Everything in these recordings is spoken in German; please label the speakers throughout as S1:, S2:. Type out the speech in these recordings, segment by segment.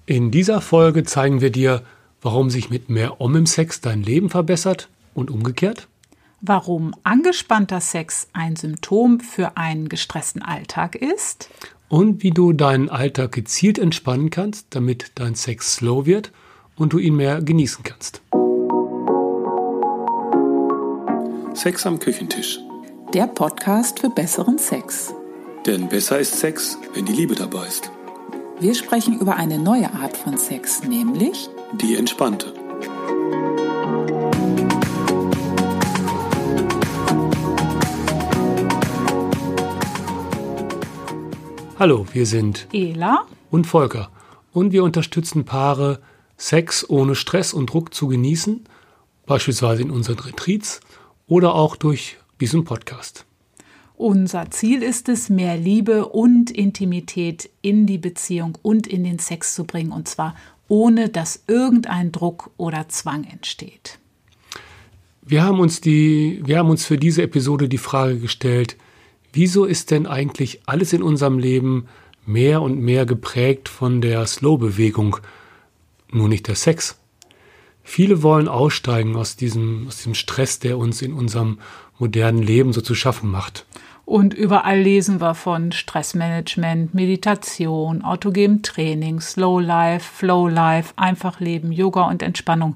S1: In dieser Folge zeigen wir dir, warum sich mit mehr im Sex dein Leben verbessert und umgekehrt.
S2: Warum angespannter Sex ein Symptom für einen gestressten Alltag ist.
S1: Und wie du deinen Alltag gezielt entspannen kannst, damit dein Sex slow wird und du ihn mehr genießen kannst.
S3: Sex am Küchentisch.
S2: Der Podcast für besseren Sex.
S3: Denn besser ist Sex, wenn die Liebe dabei ist.
S2: Wir sprechen über eine neue Art von Sex, nämlich
S3: die entspannte.
S1: Hallo, wir sind
S2: Ela
S1: und Volker und wir unterstützen Paare, Sex ohne Stress und Druck zu genießen, beispielsweise in unseren Retreats oder auch durch diesen Podcast.
S2: Unser Ziel ist es, mehr Liebe und Intimität in die Beziehung und in den Sex zu bringen, und zwar ohne, dass irgendein Druck oder Zwang entsteht.
S1: Wir haben uns für diese Episode die Frage gestellt, wieso ist denn eigentlich alles in unserem Leben mehr und mehr geprägt von der Slow-Bewegung, nur nicht der Sex? Viele wollen aussteigen aus diesem Stress, der uns in unserem modernen Leben so zu schaffen macht.
S2: Und überall lesen wir von Stressmanagement, Meditation, autogenem Training, Slow Life, Flow Life, einfach leben, Yoga und Entspannung.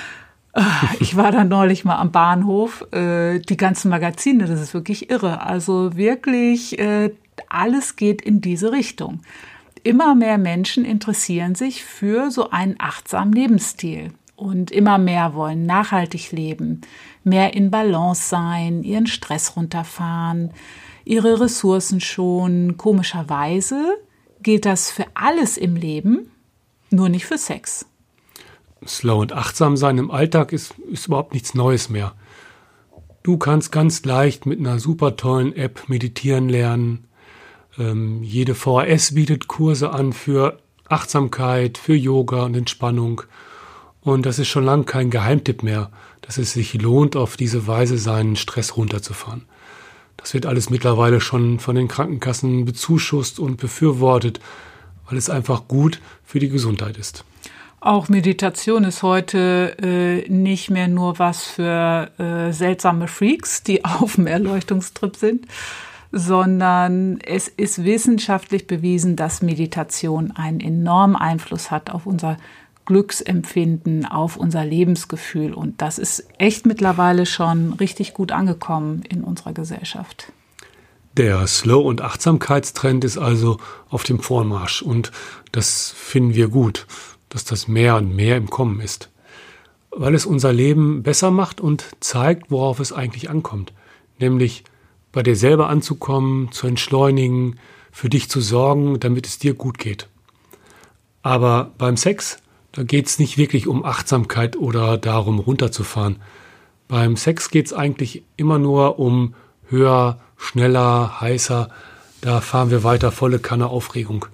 S2: Ich war da neulich mal am Bahnhof, die ganzen Magazine, das ist wirklich irre. Also wirklich, alles geht in diese Richtung. Immer mehr Menschen interessieren sich für so einen achtsamen Lebensstil. Und immer mehr wollen nachhaltig leben, mehr in Balance sein, ihren Stress runterfahren, ihre Ressourcen schonen. Komischerweise gilt das für alles im Leben, nur nicht für Sex.
S1: Slow und achtsam sein im Alltag ist überhaupt nichts Neues mehr. Du kannst ganz leicht mit einer super tollen App meditieren lernen. Jede VHS bietet Kurse an für Achtsamkeit, für Yoga und Entspannung. Und das ist schon lange kein Geheimtipp mehr, dass es sich lohnt, auf diese Weise seinen Stress runterzufahren. Das wird alles mittlerweile schon von den Krankenkassen bezuschusst und befürwortet, weil es einfach gut für die Gesundheit ist.
S2: Auch Meditation ist heute nicht mehr nur was für seltsame Freaks, die auf dem Erleuchtungstrip sind, sondern es ist wissenschaftlich bewiesen, dass Meditation einen enormen Einfluss hat auf unser Glücksempfinden, auf unser Lebensgefühl. Und das ist echt mittlerweile schon richtig gut angekommen in unserer Gesellschaft.
S1: Der Slow- und Achtsamkeitstrend ist also auf dem Vormarsch. Und das finden wir gut, dass das mehr und mehr im Kommen ist. Weil es unser Leben besser macht und zeigt, worauf es eigentlich ankommt. Nämlich bei dir selber anzukommen, zu entschleunigen, für dich zu sorgen, damit es dir gut geht. Aber beim Sex, da geht es nicht wirklich um Achtsamkeit oder darum, runterzufahren. Beim Sex geht es eigentlich immer nur um höher, schneller, heißer. Da fahren wir weiter, volle Kanne Aufregung.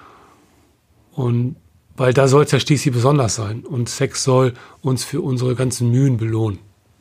S1: Und weil da soll es ja schließlich besonders sein. Und Sex soll uns für unsere ganzen Mühen belohnen.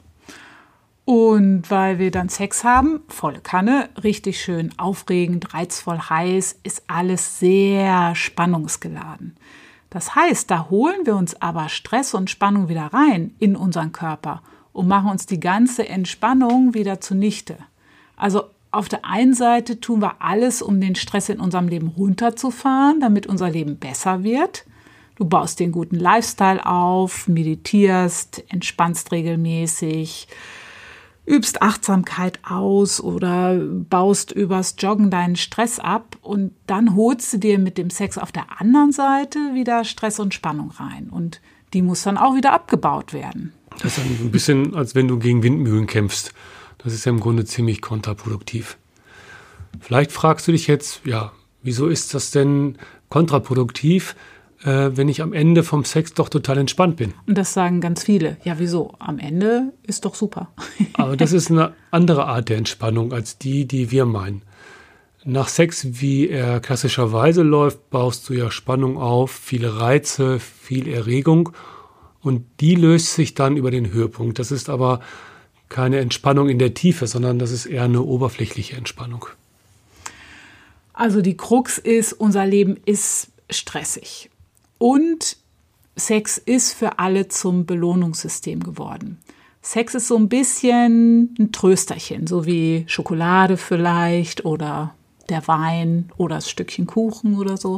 S2: Und weil wir dann Sex haben, volle Kanne, richtig schön aufregend, reizvoll, heiß, ist alles sehr spannungsgeladen. Das heißt, da holen wir uns aber Stress und Spannung wieder rein in unseren Körper und machen uns die ganze Entspannung wieder zunichte. Also auf der einen Seite tun wir alles, um den Stress in unserem Leben runterzufahren, damit unser Leben besser wird. Du baust den guten Lifestyle auf, meditierst, entspannst regelmäßig, übst Achtsamkeit aus oder baust übers Joggen deinen Stress ab und dann holst du dir mit dem Sex auf der anderen Seite wieder Stress und Spannung rein und die muss dann auch wieder abgebaut werden.
S1: Das ist ein bisschen, als wenn du gegen Windmühlen kämpfst. Das ist ja im Grunde ziemlich kontraproduktiv. Vielleicht fragst du dich jetzt, ja, wieso ist das denn kontraproduktiv, wenn ich am Ende vom Sex doch total entspannt bin?
S2: Und das sagen ganz viele. Ja, wieso? Am Ende ist doch super.
S1: Aber das ist eine andere Art der Entspannung als die wir meinen. Nach Sex, wie er klassischerweise läuft, baust du ja Spannung auf, viele Reize, viel Erregung und die löst sich dann über den Höhepunkt. Das ist aber keine Entspannung in der Tiefe, sondern das ist eher eine oberflächliche Entspannung.
S2: Also die Krux ist, unser Leben ist stressig. Und Sex ist für alle zum Belohnungssystem geworden. Sex ist so ein bisschen ein Trösterchen, so wie Schokolade vielleicht oder der Wein oder das Stückchen Kuchen oder so.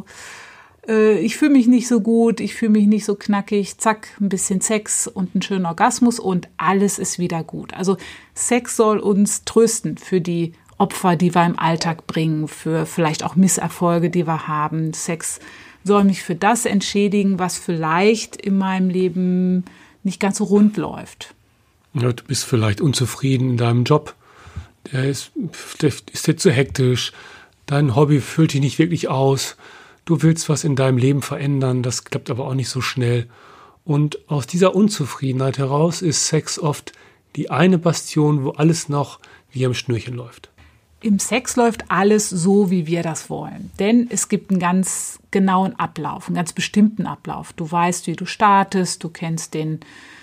S2: Ich fühle mich nicht so gut, ich fühle mich nicht so knackig, zack, ein bisschen Sex und einen schönen Orgasmus und alles ist wieder gut. Also Sex soll uns trösten für die Opfer, die wir im Alltag bringen, für vielleicht auch Misserfolge, die wir haben. Sex soll mich für das entschädigen, was vielleicht in meinem Leben nicht ganz so rund läuft.
S1: Ja, du bist vielleicht unzufrieden in deinem Job. Der ist dir zu hektisch. Dein Hobby füllt dich nicht wirklich aus. Du willst was in deinem Leben verändern, das klappt aber auch nicht so schnell. Und aus dieser Unzufriedenheit heraus ist Sex oft die eine Bastion, wo alles noch wie am Schnürchen läuft.
S2: Im Sex läuft alles so, wie wir das wollen. Denn es gibt einen ganz genauen Ablauf, einen ganz bestimmten Ablauf. Du weißt, wie du startest, du kennst den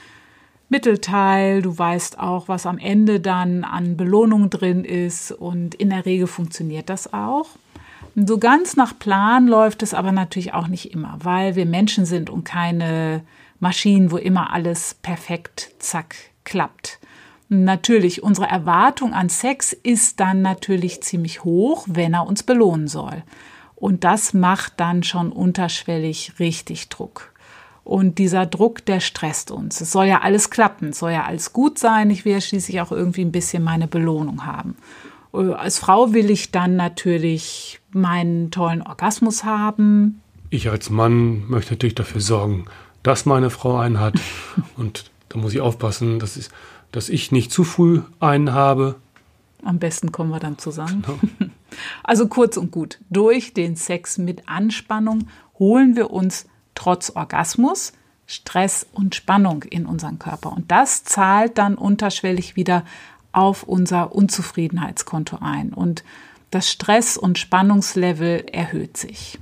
S2: Mittelteil, du weißt auch, was am Ende dann an Belohnung drin ist. Und in der Regel funktioniert das auch. So ganz nach Plan läuft es aber natürlich auch nicht immer, weil wir Menschen sind und keine Maschinen, wo immer alles perfekt, zack, klappt. Natürlich, unsere Erwartung an Sex ist dann natürlich ziemlich hoch, wenn er uns belohnen soll. Und das macht dann schon unterschwellig richtig Druck. Und dieser Druck, der stresst uns. Es soll ja alles klappen, es soll ja alles gut sein. Ich will ja schließlich auch irgendwie ein bisschen meine Belohnung haben. Als Frau will ich dann natürlich meinen tollen Orgasmus haben.
S1: Ich als Mann möchte natürlich dafür sorgen, dass meine Frau einen hat. Und da muss ich aufpassen, dass ich nicht zu früh einen habe.
S2: Am besten kommen wir dann zusammen.
S1: Genau.
S2: Also kurz und gut, durch den Sex mit Anspannung holen wir uns trotz Orgasmus Stress und Spannung in unseren Körper. Und das zahlt dann unterschwellig wieder auf unser Unzufriedenheitskonto ein. Und das Stress- und Spannungslevel erhöht sich.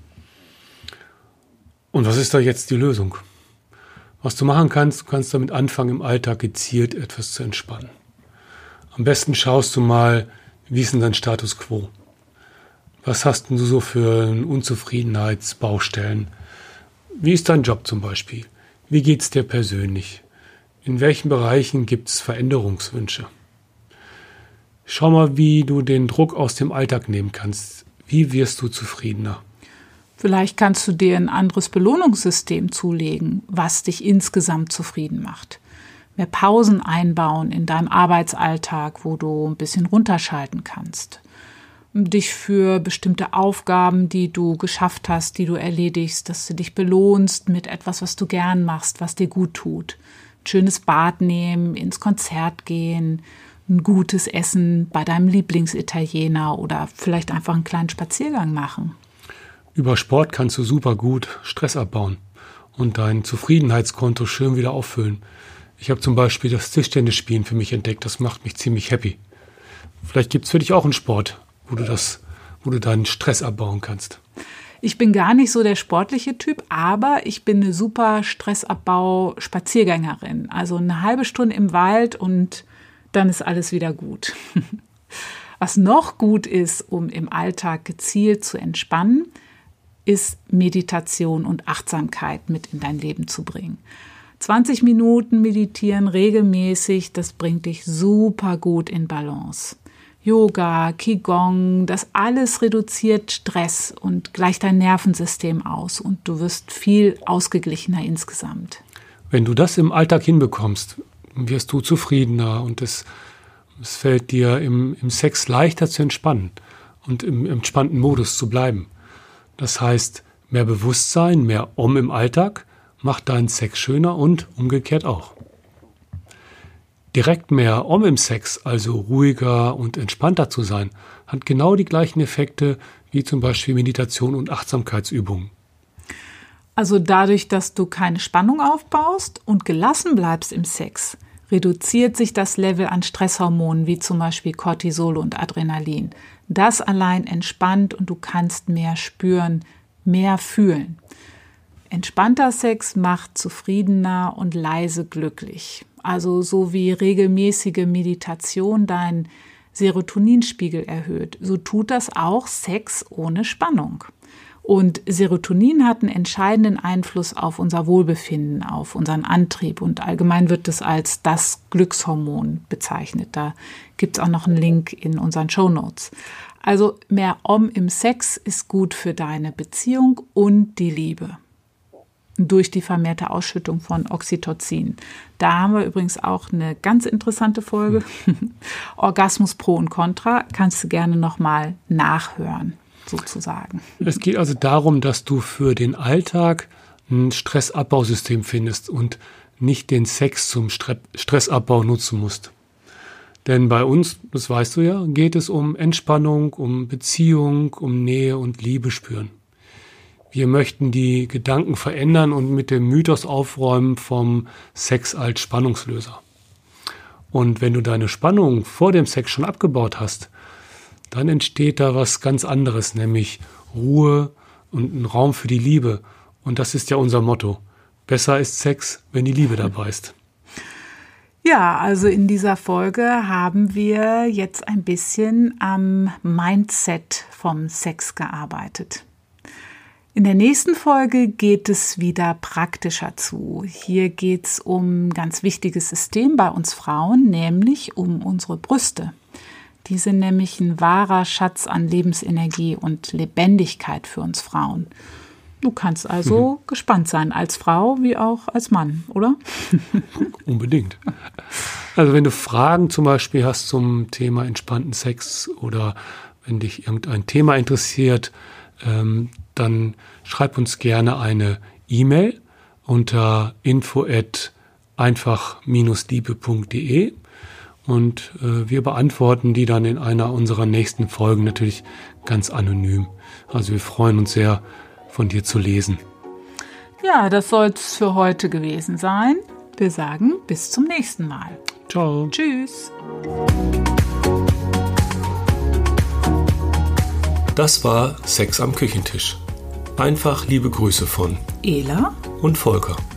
S1: Und was ist da jetzt die Lösung? Was du machen kannst, du kannst damit anfangen, im Alltag gezielt etwas zu entspannen. Am besten schaust du mal, wie ist denn dein Status quo? Was hast denn du so für Unzufriedenheitsbaustellen? Wie ist dein Job zum Beispiel? Wie geht's dir persönlich? In welchen Bereichen gibt es Veränderungswünsche? Schau mal, wie du den Druck aus dem Alltag nehmen kannst. Wie wirst du zufriedener?
S2: Vielleicht kannst du dir ein anderes Belohnungssystem zulegen, was dich insgesamt zufrieden macht. Mehr Pausen einbauen in deinem Arbeitsalltag, wo du ein bisschen runterschalten kannst. Dich für bestimmte Aufgaben, die du geschafft hast, die du erledigst, dass du dich belohnst mit etwas, was du gern machst, was dir gut tut. Ein schönes Bad nehmen, ins Konzert gehen, ein gutes Essen bei deinem Lieblingsitaliener oder vielleicht einfach einen kleinen Spaziergang machen.
S1: Über Sport kannst du super gut Stress abbauen und dein Zufriedenheitskonto schön wieder auffüllen. Ich habe zum Beispiel das Tischtennisspielen für mich entdeckt. Das macht mich ziemlich happy. Vielleicht gibt es für dich auch einen Sport, wo du deinen Stress abbauen kannst.
S2: Ich bin gar nicht so der sportliche Typ, aber ich bin eine super Stressabbau-Spaziergängerin. Also eine halbe Stunde im Wald und dann ist alles wieder gut. Was noch gut ist, um im Alltag gezielt zu entspannen, ist Meditation und Achtsamkeit mit in dein Leben zu bringen. 20 Minuten meditieren regelmäßig, das bringt dich super gut in Balance. Yoga, Qigong, das alles reduziert Stress und gleicht dein Nervensystem aus und du wirst viel ausgeglichener insgesamt.
S1: Wenn du das im Alltag hinbekommst, wirst du zufriedener und es fällt dir im Sex leichter zu entspannen und im entspannten Modus zu bleiben. Das heißt, mehr Bewusstsein, mehr im Alltag macht deinen Sex schöner und umgekehrt auch. Direkt mehr im Sex, also ruhiger und entspannter zu sein, hat genau die gleichen Effekte wie zum Beispiel Meditation und Achtsamkeitsübungen.
S2: Also dadurch, dass du keine Spannung aufbaust und gelassen bleibst im Sex, reduziert sich das Level an Stresshormonen wie zum Beispiel Cortisol und Adrenalin. Das allein entspannt und du kannst mehr spüren, mehr fühlen. Entspannter Sex macht zufriedener und leise glücklich. Also so wie regelmäßige Meditation deinen Serotoninspiegel erhöht, so tut das auch Sex ohne Spannung. Und Serotonin hat einen entscheidenden Einfluss auf unser Wohlbefinden, auf unseren Antrieb. Und allgemein wird es als das Glückshormon bezeichnet. Da gibt es auch noch einen Link in unseren Shownotes. Also mehr Om im Sex ist gut für deine Beziehung und die Liebe. Durch die vermehrte Ausschüttung von Oxytocin. Da haben wir übrigens auch eine ganz interessante Folge. Orgasmus Pro und Contra. Kannst du gerne nochmal nachhören, sozusagen.
S1: Es geht also darum, dass du für den Alltag ein Stressabbausystem findest und nicht den Sex zum Stressabbau nutzen musst. Denn bei uns, das weißt du ja, geht es um Entspannung, um Beziehung, um Nähe und Liebe spüren. Wir möchten die Gedanken verändern und mit dem Mythos aufräumen vom Sex als Spannungslöser. Und wenn du deine Spannung vor dem Sex schon abgebaut hast, dann entsteht da was ganz anderes, nämlich Ruhe und ein Raum für die Liebe. Und das ist ja unser Motto. Besser ist Sex, wenn die Liebe dabei ist.
S2: Ja, also in dieser Folge haben wir jetzt ein bisschen am Mindset vom Sex gearbeitet. In der nächsten Folge geht es wieder praktischer zu. Hier geht es um ein ganz wichtiges System bei uns Frauen, nämlich um unsere Brüste. Die sind nämlich ein wahrer Schatz an Lebensenergie und Lebendigkeit für uns Frauen. Du kannst also gespannt sein, als Frau wie auch als Mann, oder?
S1: Unbedingt. Also wenn du Fragen zum Beispiel hast zum Thema entspannten Sex oder wenn dich irgendein Thema interessiert, dann schreib uns gerne eine E-Mail unter info@einfach-liebe.de und wir beantworten die dann in einer unserer nächsten Folgen natürlich ganz anonym. Also wir freuen uns sehr, von dir zu lesen.
S2: Ja, das soll es für heute gewesen sein. Wir sagen bis zum nächsten Mal.
S1: Ciao.
S2: Tschüss.
S3: Das war Sex am Küchentisch. Einfach liebe Grüße von
S2: Ela
S3: und Volker.